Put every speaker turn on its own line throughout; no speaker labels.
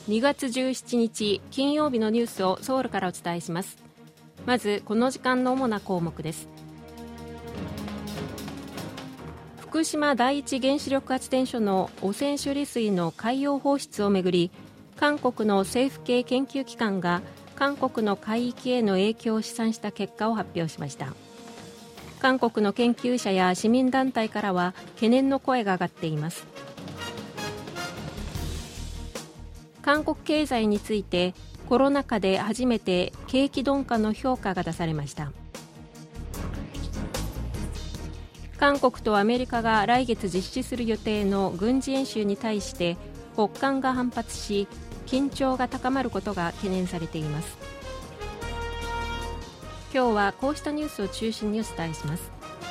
2月17日金曜日のニュースをソウルからお伝えします。まずこの時間の主な項目です。福島第一原子力発電所の汚染処理水の海洋放出をめぐり、韓国の政府系研究機関が韓国の海域への影響を試算した結果を発表しました。韓国の研究者や市民団体からは懸念の声が上がっています。韓国経済についてコロナ禍で初めて景気鈍化の評価が出されました。韓国とアメリカが来月実施する予定の軍事演習に対して北韓が反発し、緊張が高まることが懸念されています。今日はこうしたニュースを中心にお伝えします。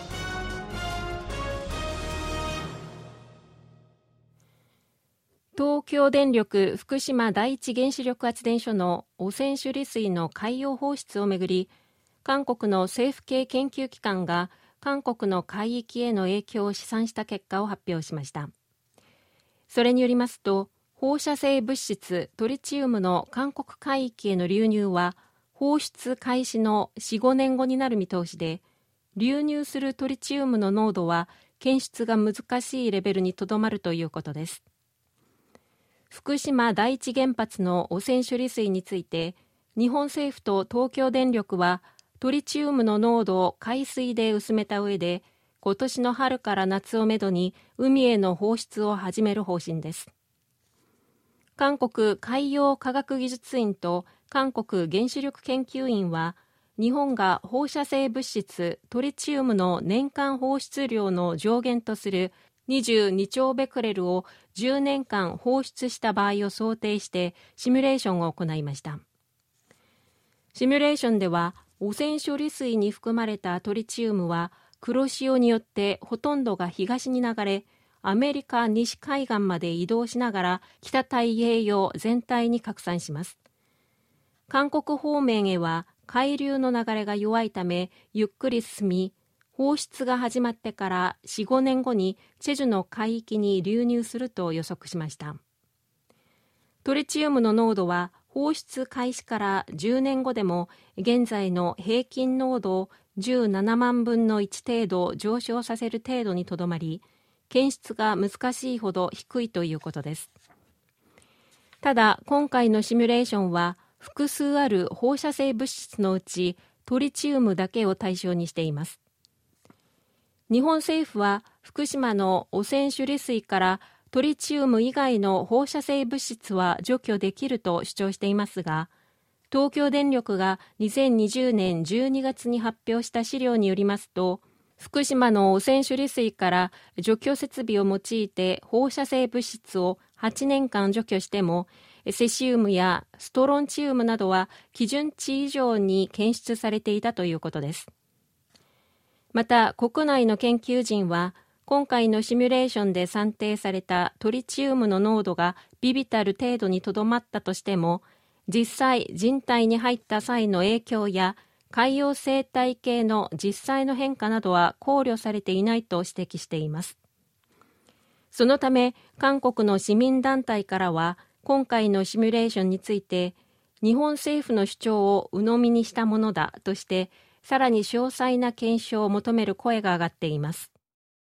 東京電力福島第一原子力発電所の汚染処理水の海洋放出をめぐり、韓国の政府系研究機関が韓国の海域への影響を試算した結果を発表しました。それによりますと、放射性物質トリチウムの韓国海域への流入は放出開始の 4,5 年後になる見通しで、流入するトリチウムの濃度は検出が難しいレベルにとどまるということです。福島第一原発の汚染処理水について、日本政府と東京電力はトリチウムの濃度を海水で薄めた上で、今年の春から夏をめどに海への放出を始める方針です。韓国海洋科学技術院と韓国原子力研究院は、日本が放射性物質トリチウムの年間放出量の上限とする22兆ベクレルを10年間放出した場合を想定してシミュレーションを行いました。シミュレーションでは、汚染処理水に含まれたトリチウムは黒潮によってほとんどが東に流れ、アメリカ西海岸まで移動しながら北太平洋全体に拡散します。韓国方面へは海流の流れが弱いためゆっくり進み、放出が始まってから 4,5 年後にチェジュの海域に流入すると予測しました。トリチウムの濃度は放出開始から10年後でも現在の平均濃度を17万分の1程度上昇させる程度にとどまり、検出が難しいほど低いということです。ただ、今回のシミュレーションは複数ある放射性物質のうちトリチウムだけを対象にしています。日本政府は福島の汚染処理水からトリチウム以外の放射性物質は除去できると主張していますが、東京電力が2020年12月に発表した資料によりますと、福島の汚染処理水から除去設備を用いて放射性物質を8年間除去しても、セシウムやストロンチウムなどは基準値以上に検出されていたということです。また、国内の研究陣は、今回のシミュレーションで算定されたトリチウムの濃度が微々たる程度にとどまったとしても、実際人体に入った際の影響や海洋生態系の実際の変化などは考慮されていないと指摘しています。そのため、韓国の市民団体からは、今回のシミュレーションについて、日本政府の主張を鵜呑みにしたものだとして、さらに詳細な検証を求める声が上がっています。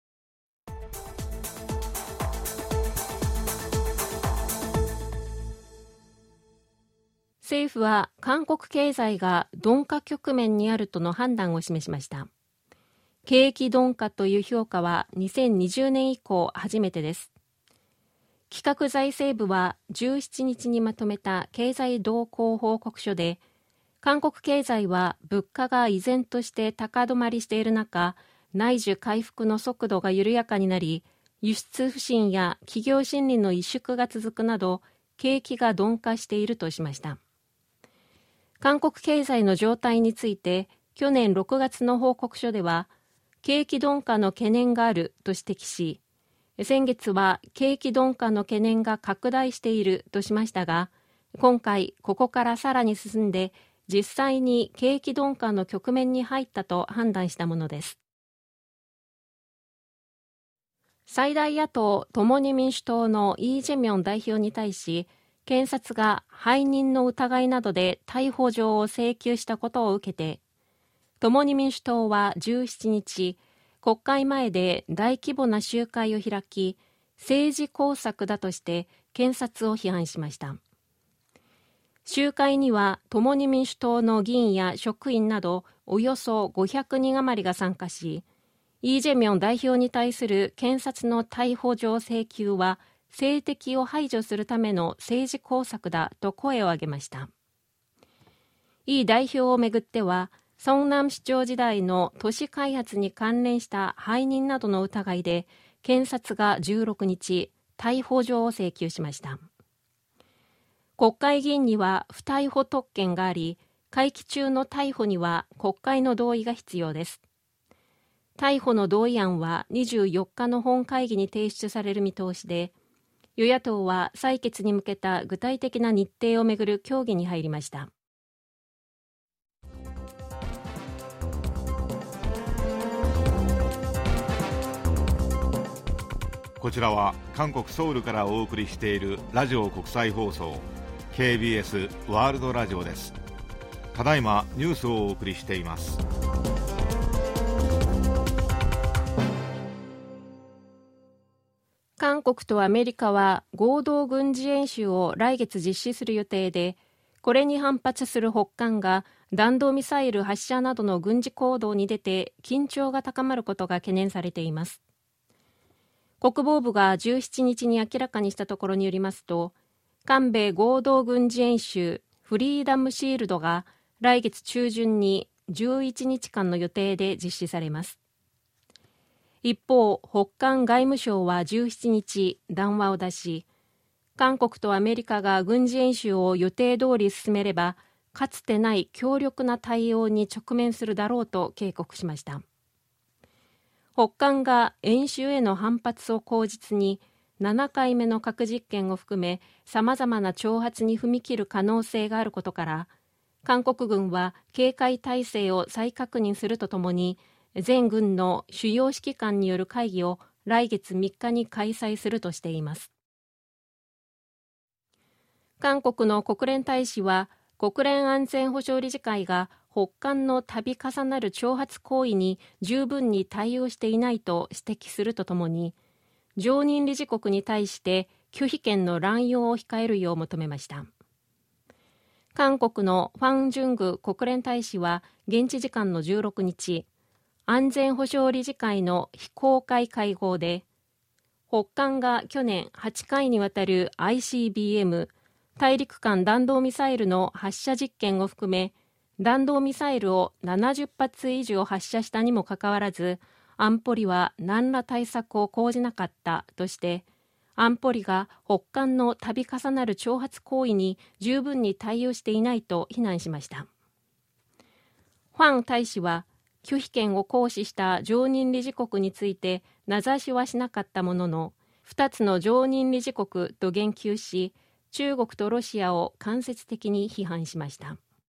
政府は韓国経済が鈍化局面にあるとの判断を示しました。景気鈍化という評価は2020年以降初めてです。企画財政部は17日にまとめた経済動向報告書で、韓国経済は物価が依然として高止まりしている中、内需回復の速度が緩やかになり、輸出不振や企業心理の萎縮が続くなど、景気が鈍化しているとしました。韓国経済の状態について、去年6月の報告書では、景気鈍化の懸念があると指摘し、先月は景気鈍化の懸念が拡大しているとしましたが、今回ここからさらに進んで、実際に景気鈍化の局面に入ったと判断したものです。最大野党共に民主党のイ・ジェミョン代表に対し、 検察が背任の疑いなどで逮捕状を請求したことを受けて、共に民主党は17日、国会前で大規模な集会を開き、政治工作だとして検察を批判しました。集会には共に民主党の議員や職員などおよそ500人余りが参加し、イ・ジェミョン代表に対する検察の逮捕状請求は政敵を排除するための政治工作だと声を上げました。イ代表をめぐっては、ソンナム市長時代の都市開発に関連した背任などの疑いで、検察が16日、逮捕状を請求しました。国会議員には不逮捕特権があり、会期中の逮捕には国会の同意が必要です。逮捕の同意案は24日の本会議に提出される見通しで、与野党は採決に向けた具体的な日程をめぐる協議に入りました。
こちらは韓国ソウルからお送りしているラジオ国際放送 KBS ワールドラジオです。ただいまニュースをお送りしています。
韓国とアメリカは合同軍事演習を来月実施する予定で、これに反発する北韓が弾道ミサイル発射などの軍事行動に出て緊張が高まることが懸念されています。国防部が17日に明らかにしたところによりますと、韓米合同軍事演習フリーダムシールドが来月中旬に11日間の予定で実施されます。一方、北韓外務省は17日談話を出し、韓国とアメリカが軍事演習を予定通り進めれば、かつてない強力な対応に直面するだろうと警告しました。北韓が演習への反発を口実に7回目の核実験を含め様々な挑発に踏み切る可能性があることから、韓国軍は警戒態勢を再確認するとともに、全軍の主要指揮官による会議を来月3日に開催するとしています。韓国の国連大使は、国連安全保障理事会が北韓の度重なる挑発行為に十分に対応していないと指摘するとともに、常任理事国に対して拒否権の乱用を控えるよう求めました。韓国のファン・ジュング国連大使は現地時間の16日、安全保障理事会の非公開会合で、北韓が去年8回にわたる ICBM 大陸間弾道ミサイルの発射実験を含め、弾道ミサイルを70発以上発射したにもかかわらず、安保理は何ら対策を講じなかったとして、安保理が北韓の度重なる挑発行為に十分に対応していないと非難しました。ファン大使は、拒否権を行使した常任理事国について名指しはしなかったものの、2つの常任理事国と言及し、中国とロシアを間接的に批判しました。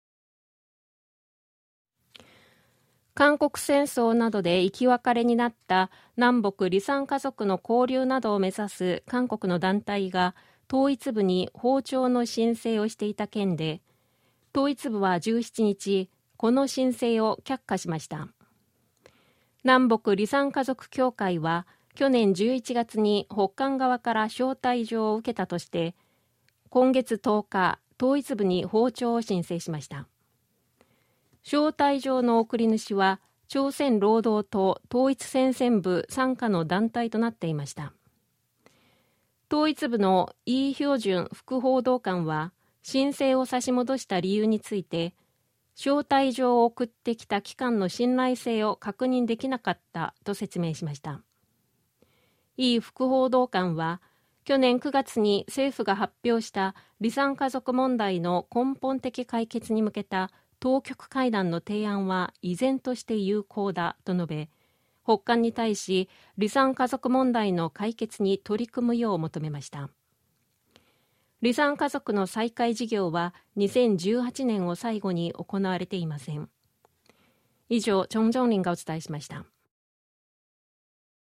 韓国戦争などで生き別れになった南北離散家族の交流などを目指す韓国の団体が統一部に訪朝の申請をしていた件で、統一部は17日、この申請を却下しました。南北離散家族協会は去年11月に北韓側から招待状を受けたとして、今月10日、統一部に訪朝を申請しました。招待状の送り主は、朝鮮労働党統一戦線部傘下の団体となっていました。統一部のイ・ヒョジュン副報道官は、申請を差し戻した理由について、招待状を送ってきた機関の信頼性を確認できなかったと説明しました。イ副報道官は、去年9月に政府が発表した離散家族問題の根本的解決に向けた当局会談の提案は依然として有効だと述べ、北韓に対し離散家族問題の解決に取り組むよう求めました。離散家族の再開事業は2018年を最後に行われていません。以上、チョン・ジョンリンがお伝えしました。